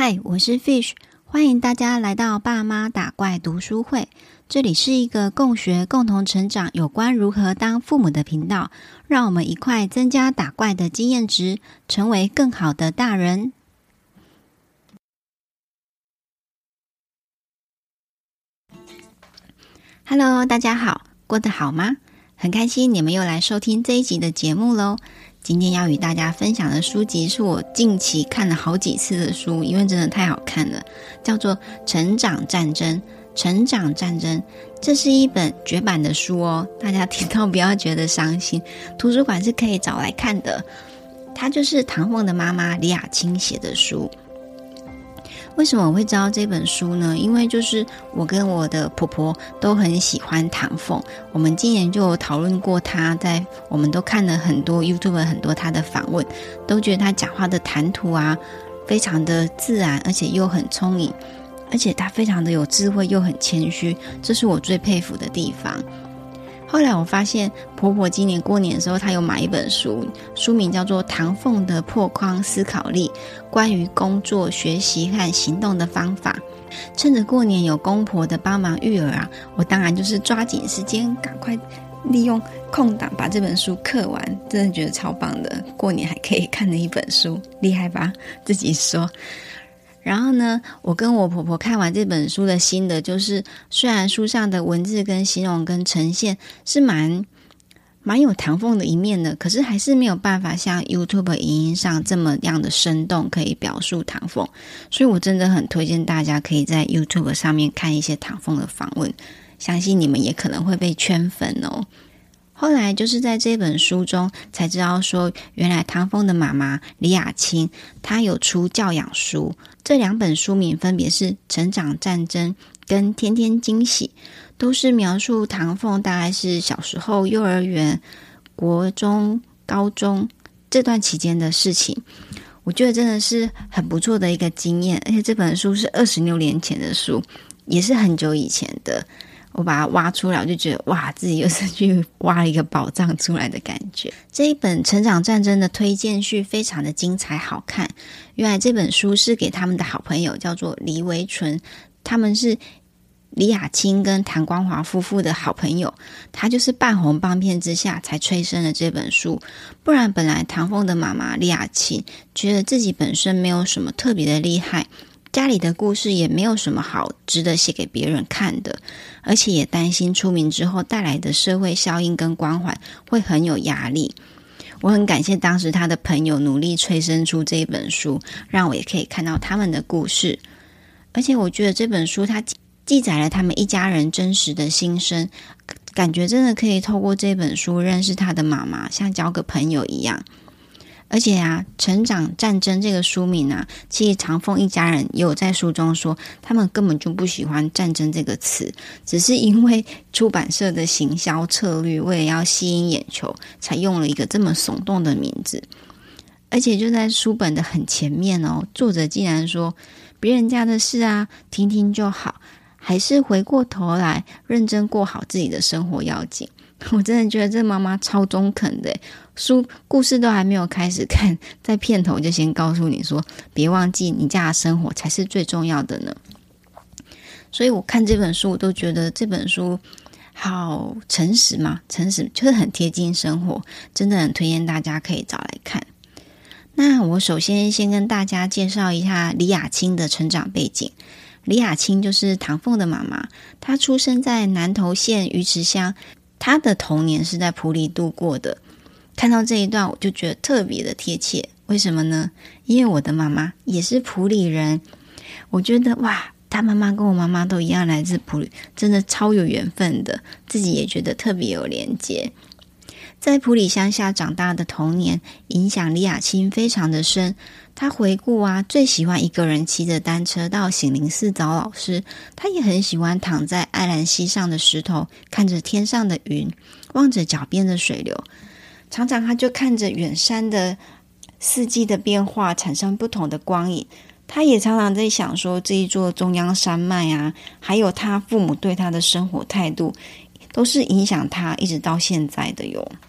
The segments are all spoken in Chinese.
嗨，我是 Fish， 欢迎大家来到爸妈打怪读书会。这里是一个共学、共同成长有关如何当父母的频道，让我们一块增加打怪的经验值，成为更好的大人。Hello， 大家好，过得好吗？很开心你们又来收听这一集的节目咯。今天要与大家分享的书籍是我近期看了好几次的书，因为真的太好看了，叫做《成长战争》。成长战争，这是一本绝版的书哦，大家听到不要觉得伤心，图书馆是可以找来看的。它就是唐凤的妈妈李雅卿写的书。为什么我会知道这本书呢？因为就是我跟我的婆婆都很喜欢唐凤，我们今年就有讨论过她，我们都看了很多 YouTube 很多她的访问，都觉得她讲话的谈吐啊非常的自然，而且又很聪颖，而且她非常的有智慧又很谦虚，这是我最佩服的地方。后来我发现婆婆今年过年的时候她有买一本书，书名叫做《唐凤的破框思考力：关于工作、学习和行动的方法》。趁着过年有公婆的帮忙育儿啊，我当然就是抓紧时间赶快利用空档把这本书刻完，真的觉得超棒的，过年还可以看的一本书，厉害吧？自己说。然后呢，我跟我婆婆看完这本书的心得就是，虽然书上的文字跟形容跟呈现是蛮有唐凤的一面的，可是还是没有办法像 YouTube 影音上这么样的生动可以表述唐凤，所以我真的很推荐大家可以在 YouTube 上面看一些唐凤的访问，相信你们也可能会被圈粉哦。后来就是在这本书中才知道说，原来唐凤的妈妈李雅卿她有出教养书，这两本书名分别是《成长战争》跟《天天惊喜》，都是描述唐凤大概是小时候、幼儿园、国中、高中这段期间的事情。我觉得真的是很不错的一个经验，而且这本书是26年前的书，也是很久以前的。我把它挖出来，我就觉得哇，自己又是去挖了一个宝藏出来的感觉。这一本《成长战争》的推荐序非常的精彩好看。原来这本书是给他们的好朋友叫做黎维纯，他们是李雅卿跟谭光华夫妇的好朋友，他就是半红半片之下才催生了这本书。不然本来唐凤的妈妈李雅卿觉得自己本身没有什么特别的厉害，家里的故事也没有什么好值得写给别人看的，而且也担心出名之后带来的社会效应跟光环会很有压力。我很感谢当时他的朋友努力催生出这本书，让我也可以看到他们的故事。而且我觉得这本书它记载了他们一家人真实的心声，感觉真的可以透过这本书认识他的妈妈，像交个朋友一样。而且啊，成长战争这个书名啊，其实唐凤一家人也有在书中说，他们根本就不喜欢战争这个词，只是因为出版社的行销策略，为了要吸引眼球，才用了一个这么耸动的名字。而且就在书本的很前面哦，作者竟然说，别人家的事啊，听听就好，还是回过头来认真过好自己的生活要紧。我真的觉得这妈妈超中肯的，故事都还没有开始看，在片头就先告诉你说，别忘记你家的生活才是最重要的呢。所以我看这本书，我都觉得这本书好诚实嘛，诚实就是很贴近生活，真的很推荐大家可以找来看。那我首先跟大家介绍一下李雅卿的成长背景。李雅卿就是唐凤的妈妈，她出生在南投县鱼池乡，她的童年是在埔里度过的。看到这一段我就觉得特别的贴切，为什么呢？因为我的妈妈也是埔里人，我觉得哇，她妈妈跟我妈妈都一样来自埔里，真的超有缘分的，自己也觉得特别有连结。在埔里乡下长大的童年，影响李雅卿非常的深。他回顾啊，最喜欢一个人骑着单车到醒灵寺找老师。他也很喜欢躺在爱兰溪上的石头，看着天上的云，望着脚边的水流。常常他就看着远山的四季的变化，产生不同的光影。他也常常在想说，这一座中央山脉啊，还有他父母对他的生活态度，都是影响他一直到现在的哟。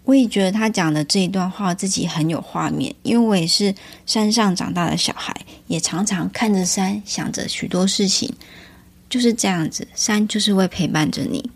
我也觉得他讲的这一段话自己很有画面，因为我也是山上长大的小孩，也常常看着山，想着许多事情，就是这样子，山就是会陪伴着你。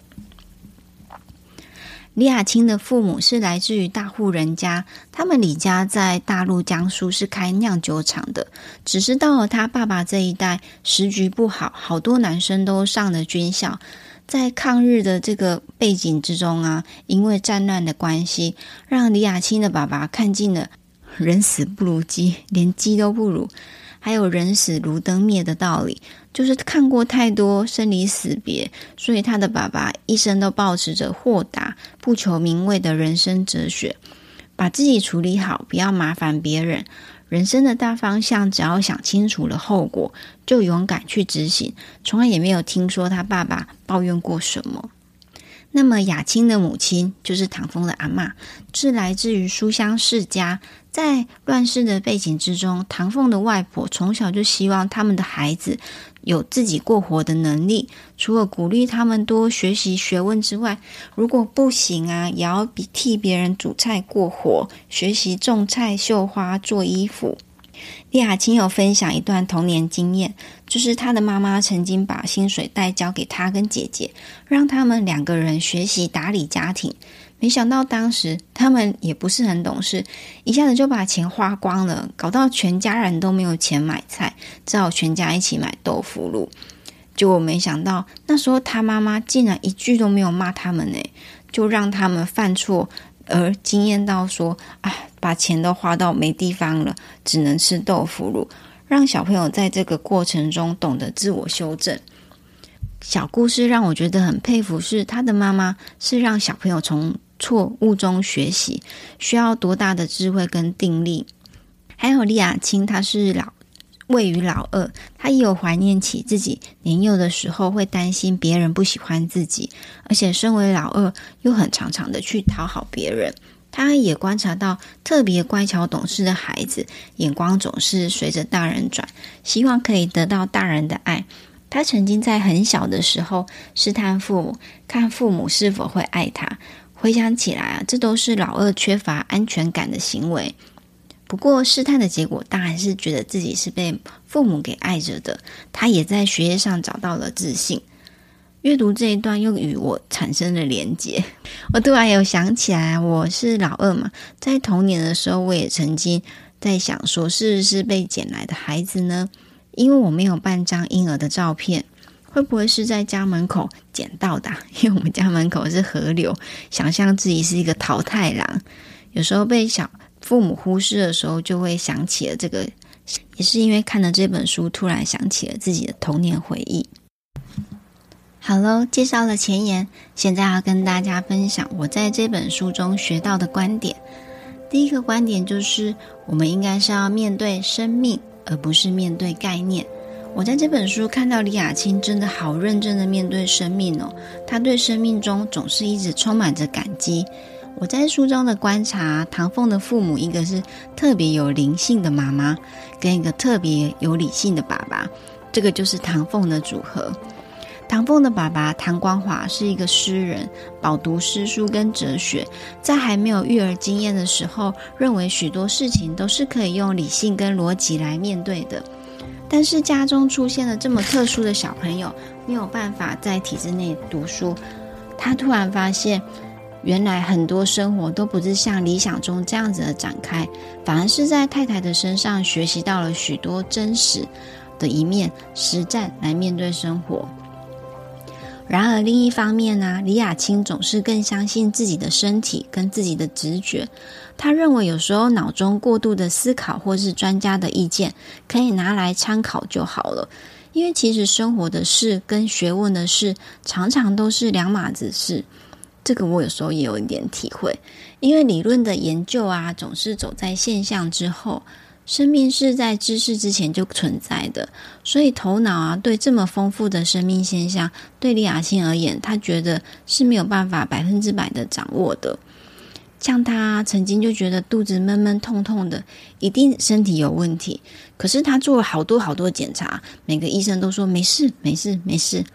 李雅卿的父母是来自于大户人家，他们李家在大陆江苏是开酿酒厂的，只是到了他爸爸这一代，时局不好，好多男生都上了军校。在抗日的这个背景之中啊，因为战乱的关系，让李雅卿的爸爸看尽了人死不如鸡，连鸡都不如，还有人死如灯灭的道理，就是看过太多生离死别，所以他的爸爸一生都保持着豁达不求名位的人生哲学，把自己处理好，不要麻烦别人，人生的大方向只要想清楚了后果，就勇敢去执行，从来也没有听说他爸爸抱怨过什么。那么雅卿的母亲就是唐凤的阿嬷，是来自于书香世家。在乱世的背景之中，唐凤的外婆从小就希望他们的孩子有自己过活的能力，除了鼓励他们多学习学问之外，如果不行啊，也要替别人煮菜过活，学习种菜、绣花、做衣服。李雅卿有分享一段童年经验，就是她的妈妈曾经把薪水袋交给她跟姐姐，让他们2个人学习打理家庭。没想到当时他们也不是很懂事，一下子就把钱花光了，搞到全家人都没有钱买菜，只好全家一起买豆腐乳。结果没想到那时候他妈妈竟然一句都没有骂他们呢，就让他们犯错，而惊艳到说把钱都花到没地方了，只能吃豆腐乳，让小朋友在这个过程中懂得自我修正。小故事让我觉得很佩服，是他的妈妈是让小朋友从错误中学习，需要多大的智慧跟定力。还有李雅卿，她是位于老二，她也有怀念起自己年幼的时候会担心别人不喜欢自己，而且身为老二又很常常的去讨好别人。她也观察到特别乖巧懂事的孩子，眼光总是随着大人转，希望可以得到大人的爱。他曾经在很小的时候试探父母，看父母是否会爱他。回想起来啊，这都是老二缺乏安全感的行为。不过试探的结果当然是觉得自己是被父母给爱着的，他也在学业上找到了自信。阅读这一段又与我产生了连结，我突然有想起来，我是老二嘛，在童年的时候我也曾经在想说，是不是被捡来的孩子呢？因为我没有半张婴儿的照片，会不会是在家门口捡到的因为我们家门口是河流，想象自己是一个桃太郎，有时候被父母忽视的时候，就会想起了这个，也是因为看了这本书，突然想起了自己的童年回忆。好咯，介绍了前言，现在要跟大家分享我在这本书中学到的观点。第一个观点就是，我们应该是要面对生命，而不是面对概念。我在这本书看到李雅卿真的好认真的面对生命哦，她对生命中总是一直充满着感激。我在书中的观察，唐凤的父母，一个是特别有灵性的妈妈，跟一个特别有理性的爸爸，这个就是唐凤的组合。唐凤的爸爸唐光华是一个诗人，饱读诗书跟哲学，在还没有育儿经验的时候，认为许多事情都是可以用理性跟逻辑来面对的。但是家中出现了这么特殊的小朋友，没有办法在体制内读书，他突然发现，原来很多生活都不是像理想中这样子的展开，反而是在太太的身上学习到了许多真实的一面，实战来面对生活。然而另一方面呢，李雅卿总是更相信自己的身体跟自己的直觉。他认为有时候脑中过度的思考或是专家的意见可以拿来参考就好了，因为其实生活的事跟学问的事常常都是两码子事。这个我有时候也有一点体会，因为理论的研究啊总是走在现象之后，生命是在知识之前就存在的，所以头脑啊对这么丰富的生命现象，对李雅卿而言，他觉得是没有办法100%的掌握的。像他曾经就觉得肚子闷闷痛痛的，一定身体有问题，可是他做了好多检查，每个医生都说没事没事没事，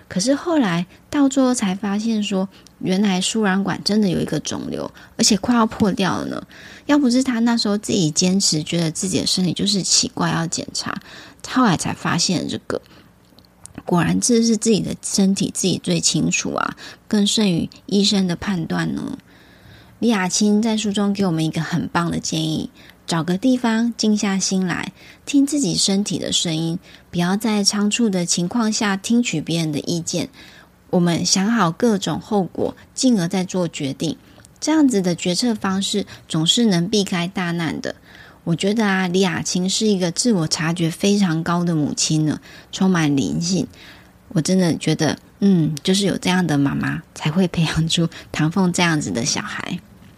可是后来到最后才发现说，原来输卵管真的有一个肿瘤，而且快要破掉了呢。要不是他那时候自己坚持，觉得自己的身体就是奇怪要检查，后来才发现这个。果然这是自己的身体自己最清楚啊，更胜于医生的判断呢。李雅青在书中给我们一个很棒的建议，找个地方静下心来，听自己身体的声音，不要在仓促的情况下听取别人的意见。我们想好各种后果，进而再做决定，这样子的决策方式总是能避开大难的。我觉得李雅青是一个自我察觉非常高的母亲呢，充满灵性。我真的觉得就是有这样的妈妈才会培养出唐凤这样子的小孩。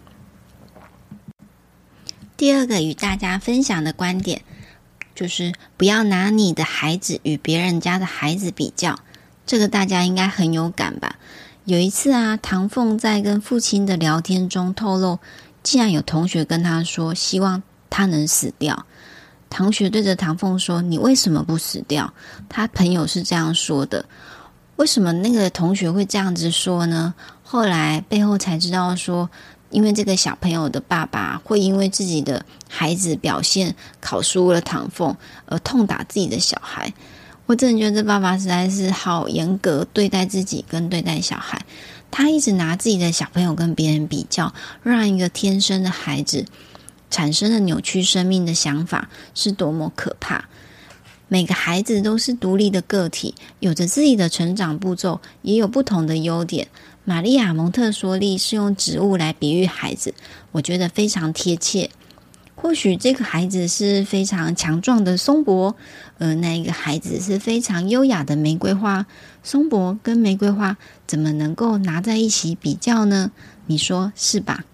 第二个与大家分享的观点就是不要拿你的孩子与别人家的孩子比较，这个大家应该很有感吧。有一次唐凤在跟父亲的聊天中透露，竟然有同学跟他说希望他能死掉。同学对着唐凤说，你为什么不死掉？他朋友是这样说的。为什么那个同学会这样子说呢？后来背后才知道说，因为这个小朋友的爸爸会因为自己的孩子表现考输了唐凤而痛打自己的小孩。我真的觉得这爸爸实在是好严格对待自己跟对待小孩，他一直拿自己的小朋友跟别人比较，让一个天生的孩子产生了扭曲生命的想法，是多么可怕。每个孩子都是独立的个体，有着自己的成长步骤，也有不同的优点。玛利亚·蒙特梭利是用植物来比喻孩子，我觉得非常贴切。或许这个孩子是非常强壮的松柏，而那一个孩子是非常优雅的玫瑰花。松柏跟玫瑰花怎么能够拿在一起比较呢？你说是吧？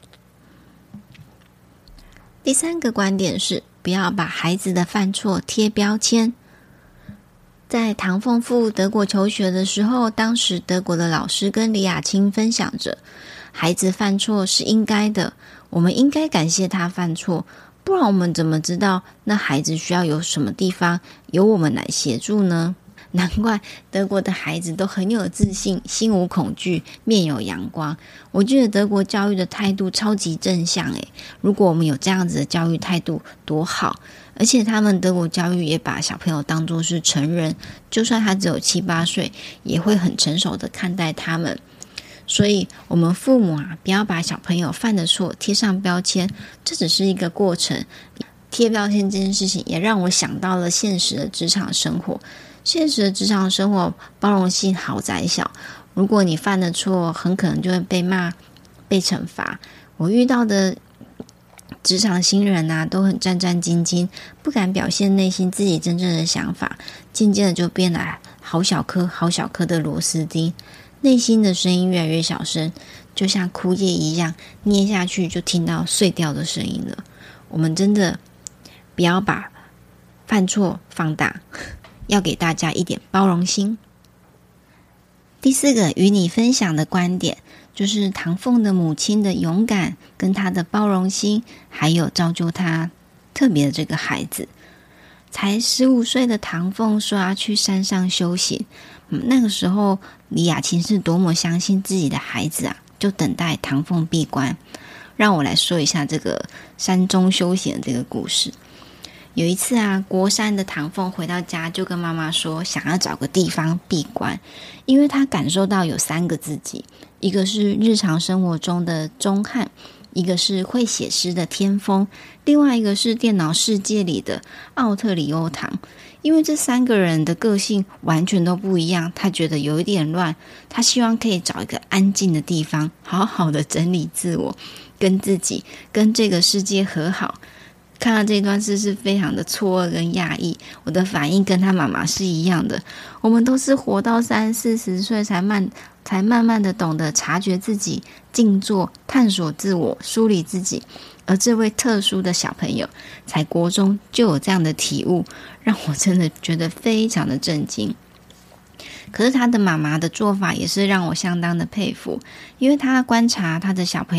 第三个观点是，不要把孩子的犯错贴标签。在唐凤赴德国求学的时候，当时德国的老师跟李雅青分享着，孩子犯错是应该的，我们应该感谢他犯错，不然我们怎么知道那孩子需要有什么地方由我们来协助呢？难怪德国的孩子都很有自信，心无恐惧，面有阳光。我觉得德国教育的态度超级正向如果我们有这样子的教育态度多好。而且他们德国教育也把小朋友当作是成人，就算他只有7、8岁，也会很成熟的看待他们。所以我们父母不要把小朋友犯的错贴上标签，这只是一个过程。贴标签这件事情也让我想到了现实的职场生活。现实的职场生活包容性好窄小，如果你犯的错，很可能就会被骂、被惩罚。我遇到的职场新人都很战战兢兢，不敢表现内心自己真正的想法，渐渐的就变得好小颗好小颗的螺丝钉，内心的声音越来越小声，就像枯叶一样，捏下去就听到碎掉的声音了。我们真的不要把犯错放大，要给大家一点包容心。第四个与你分享的观点就是唐凤的母亲的勇敢跟她的包容心，还有造就她特别的这个孩子。才15岁的唐凤说要去山上修行，那个时候李雅琴是多么相信自己的孩子就等待唐凤闭关。让我来说一下这个山中修行的这个故事。有一次国山的唐凤回到家就跟妈妈说，想要找个地方闭关，因为他感受到有3个自己，一个是日常生活中的钟汉，一个是会写诗的天风，另外一个是电脑世界里的奥特里欧唐。因为这3个人的个性完全都不一样，他觉得有一点乱，他希望可以找一个安静的地方，好好的整理自我，跟自己跟这个世界和好。看到这段事是非常的错愕跟讶异，我的反应跟他妈妈是一样的。我们都是活到30、40岁才慢慢的懂得察觉自己，静坐探索自我，梳理自己。而这位特殊的小朋友才国中就有这样的体悟，让我真的觉得非常的震惊。可是他的妈妈的做法也是让我相当的佩服，因为他观察他的小朋友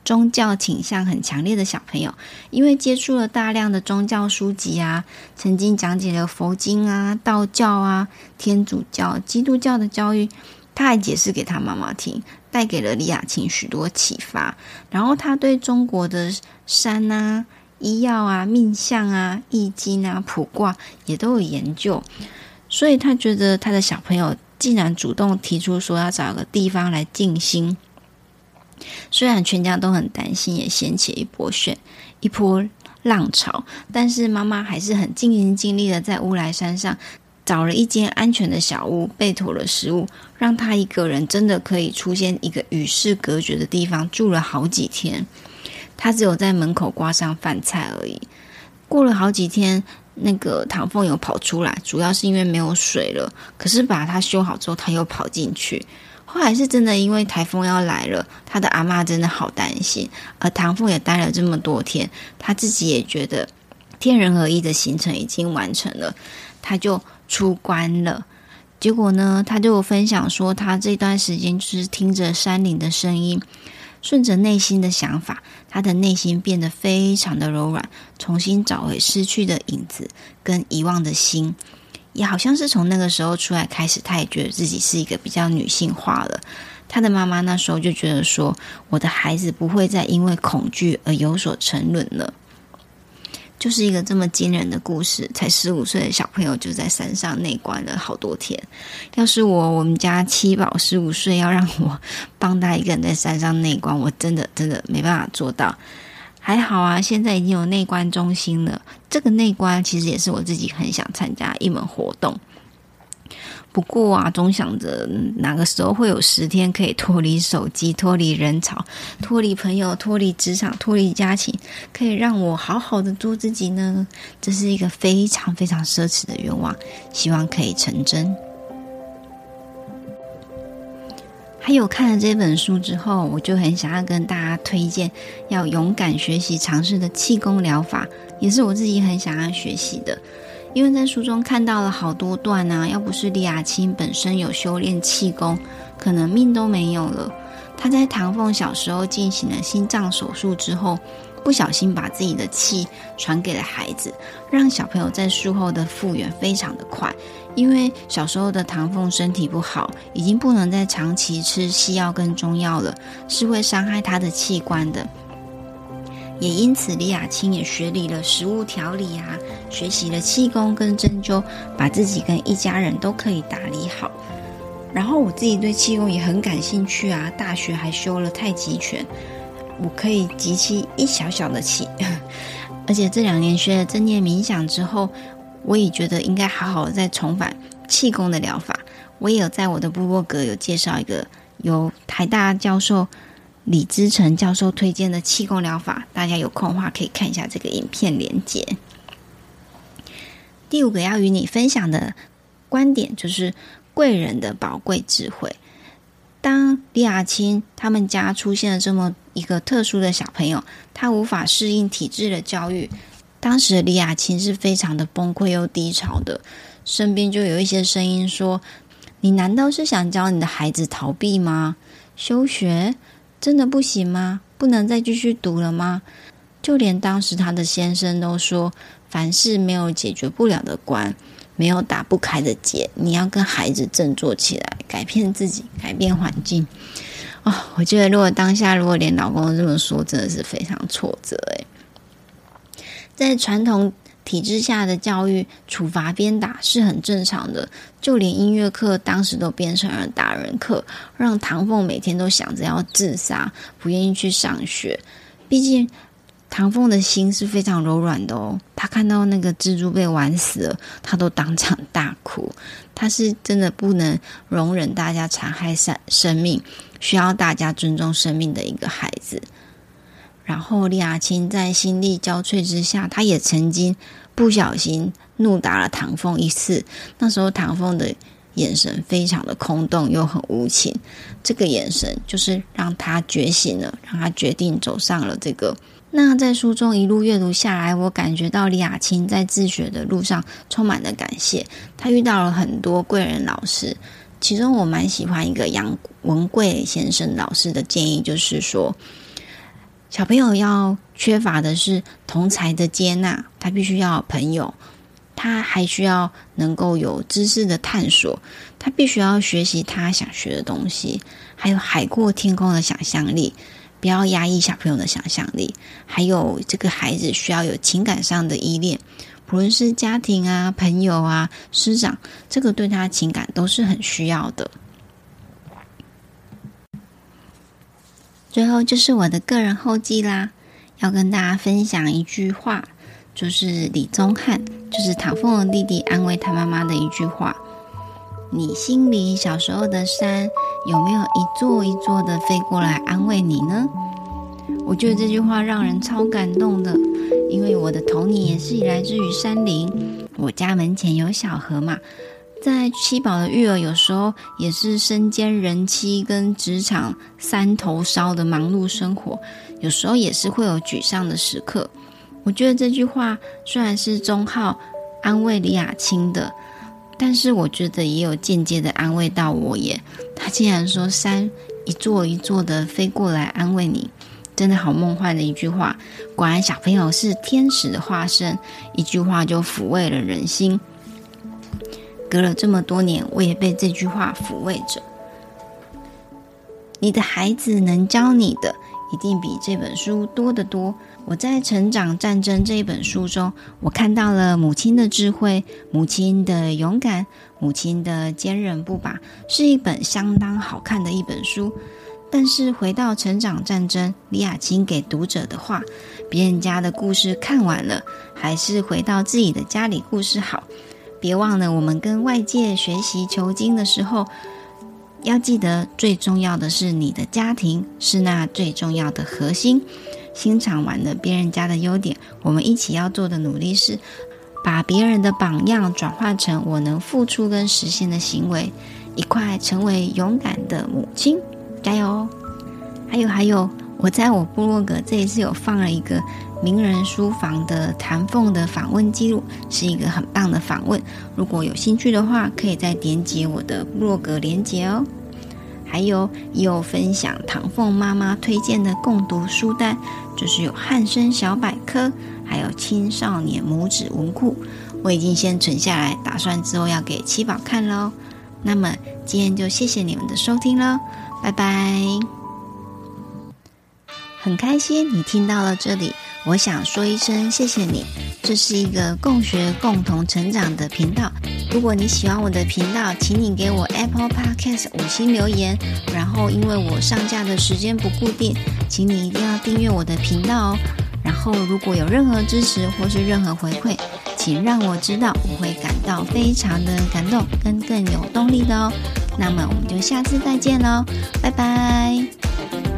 宗教倾向很强烈的小朋友，因为接触了大量的宗教书籍啊，曾经讲解了佛经啊、道教啊、天主教、基督教的教育，他还解释给他妈妈听，带给了李雅琴许多启发。然后他对中国的山啊、医药啊、命相啊、易经啊、卜卦也都有研究，所以他觉得他的小朋友竟然主动提出说要找个地方来静心。虽然全家都很担心，也掀起一波浪潮，但是妈妈还是很尽心尽力的在乌来山上找了一间安全的小屋，备妥了食物，让他一个人真的可以出现一个与世隔绝的地方住了好几天。他只有在门口挂上饭菜而已。过了好几天，那个唐凤有跑出来，主要是因为没有水了，可是把它修好之后他又跑进去。后来是真的因为台风要来了，他的阿嬷真的好担心，而唐凤也待了这么多天，他自己也觉得天人合一的行程已经完成了，他就出关了。结果呢，他就分享说他这段时间就是听着山林的声音，顺着内心的想法，他的内心变得非常的柔软，重新找回失去的影子跟遗忘的心。也好像是从那个时候出来开始，他也觉得自己是一个比较女性化了。他的妈妈那时候就觉得说，我的孩子不会再因为恐惧而有所沉沦了。就是一个这么惊人的故事，才15岁的小朋友就在山上内关了好多天。要是我们家七宝15岁要让我帮他一个人在山上内关，我真的没办法做到。还好啊，现在已经有内观中心了。这个内观其实也是我自己很想参加一门活动。不过啊，总想着哪个时候会有10天可以脱离手机、脱离人潮、脱离朋友、脱离职场、脱离家庭，可以让我好好的做自己呢？这是一个非常非常奢侈的愿望，希望可以成真。还有看了这本书之后，我就很想要跟大家推荐要勇敢学习尝试的气功疗法，也是我自己很想要学习的。因为在书中看到了好多段啊，要不是李雅清本身有修炼气功，可能命都没有了。她在唐凤小时候进行了心脏手术之后，不小心把自己的气传给了孩子，让小朋友在术后的复原非常的快。因为小时候的唐凤身体不好，已经不能再长期吃西药跟中药了，是会伤害他的器官的。也因此李雅清也学理了食物调理啊，学习了气功跟针灸，把自己跟一家人都可以打理好。然后我自己对气功也很感兴趣啊，大学还修了太极拳，我可以集气一小小的气。而且这2年学了正念冥想之后，我也觉得应该好好的再重返气功的疗法。我也有在我的部落格有介绍一个由台大教授李之成教授推荐的气功疗法，大家有空的话可以看一下这个影片连结。第5个要与你分享的观点就是贵人的宝贵智慧。当李雅清他们家出现了这么一个特殊的小朋友，他无法适应体制的教育，当时的李雅清是非常的崩溃又低潮的，身边就有一些声音说，你难道是想教你的孩子逃避吗？休学真的不行吗？不能再继续读了吗？就连当时他的先生都说，凡事没有解决不了的关，没有打不开的结，你要跟孩子振作起来，改变自己，改变环境。我觉得如果当下连老公都这么说，真的是非常挫折。在传统体制下的教育，处罚鞭打是很正常的，就连音乐课当时都变成了打人课，让唐凤每天都想着要自杀，不愿意去上学。毕竟唐凤的心是非常柔软的哦，他看到那个蜘蛛被玩死了，他都当场大哭。他是真的不能容忍大家残害生命，需要大家尊重生命的一个孩子。然后李雅清在心力交瘁之下，他也曾经不小心怒打了唐凤一次。那时候唐凤的眼神非常的空洞又很无情，这个眼神就是让他觉醒了，让他决定走上了这个。那在书中一路阅读下来，我感觉到李雅清在自学的路上充满了感谢。他遇到了很多贵人老师，其中我蛮喜欢一个杨文贵先生老师的建议，就是说小朋友要缺乏的是同侪的接纳，他必须要有朋友，他还需要能够有知识的探索，他必须要学习他想学的东西，还有海阔天空的想象力，不要压抑小朋友的想象力。还有这个孩子需要有情感上的依恋，不论是家庭啊、朋友啊、师长，这个对他情感都是很需要的。最后就是我的个人后记啦，要跟大家分享一句话，就是李宗翰，就是唐凤的弟弟安慰他妈妈的一句话：你心里小时候的山，有没有一座一座的飞过来安慰你呢？我觉得这句话让人超感动的，因为我的童年也是来自于山林，我家门前有小河嘛，在七宝的育儿有时候也是身兼人妻跟职场三头烧的忙碌生活，有时候也是会有沮丧的时刻。我觉得这句话虽然是宗浩安慰李雅清的，但是我觉得也有间接的安慰到我耶。他竟然说山一座一座的飞过来安慰你，真的好梦幻的一句话。果然小朋友是天使的化身，一句话就抚慰了人心。隔了这么多年，我也被这句话抚慰着。你的孩子能教你的，一定比这本书多得多。我在《成长战争》这一本书中，我看到了母亲的智慧，母亲的勇敢，母亲的坚韧不拔，是一本相当好看的一本书。但是回到《成长战争》，李雅清给读者的话，别人家的故事看完了，还是回到自己的家里故事好。别忘了，我们跟外界学习求精的时候，要记得最重要的是你的家庭是那最重要的核心。欣赏完了别人家的优点，我们一起要做的努力是把别人的榜样转换成我能付出跟实现的行为，一块成为勇敢的母亲。加油哦！还有，我在我部落格这一次有放了一个名人书房的谭凤的访问记录，是一个很棒的访问。如果有兴趣的话，可以再点击我的部落格连结哦。还有也有分享唐凤妈妈推荐的共读书单，就是有汉声小百科，还有青少年拇指文库。我已经先存下来，打算之后要给七宝看咯。那么今天就谢谢你们的收听咯，拜拜。很开心你听到了这里，我想说一声谢谢你。这是一个共学共同成长的频道，如果你喜欢我的频道，请你给我 Apple Podcast 5星留言，然后因为我上架的时间不固定，请你一定要订阅我的频道哦。然后如果有任何支持或是任何回馈，请让我知道，我会感到非常的感动跟更有动力的哦。那么我们就下次再见咯，拜拜。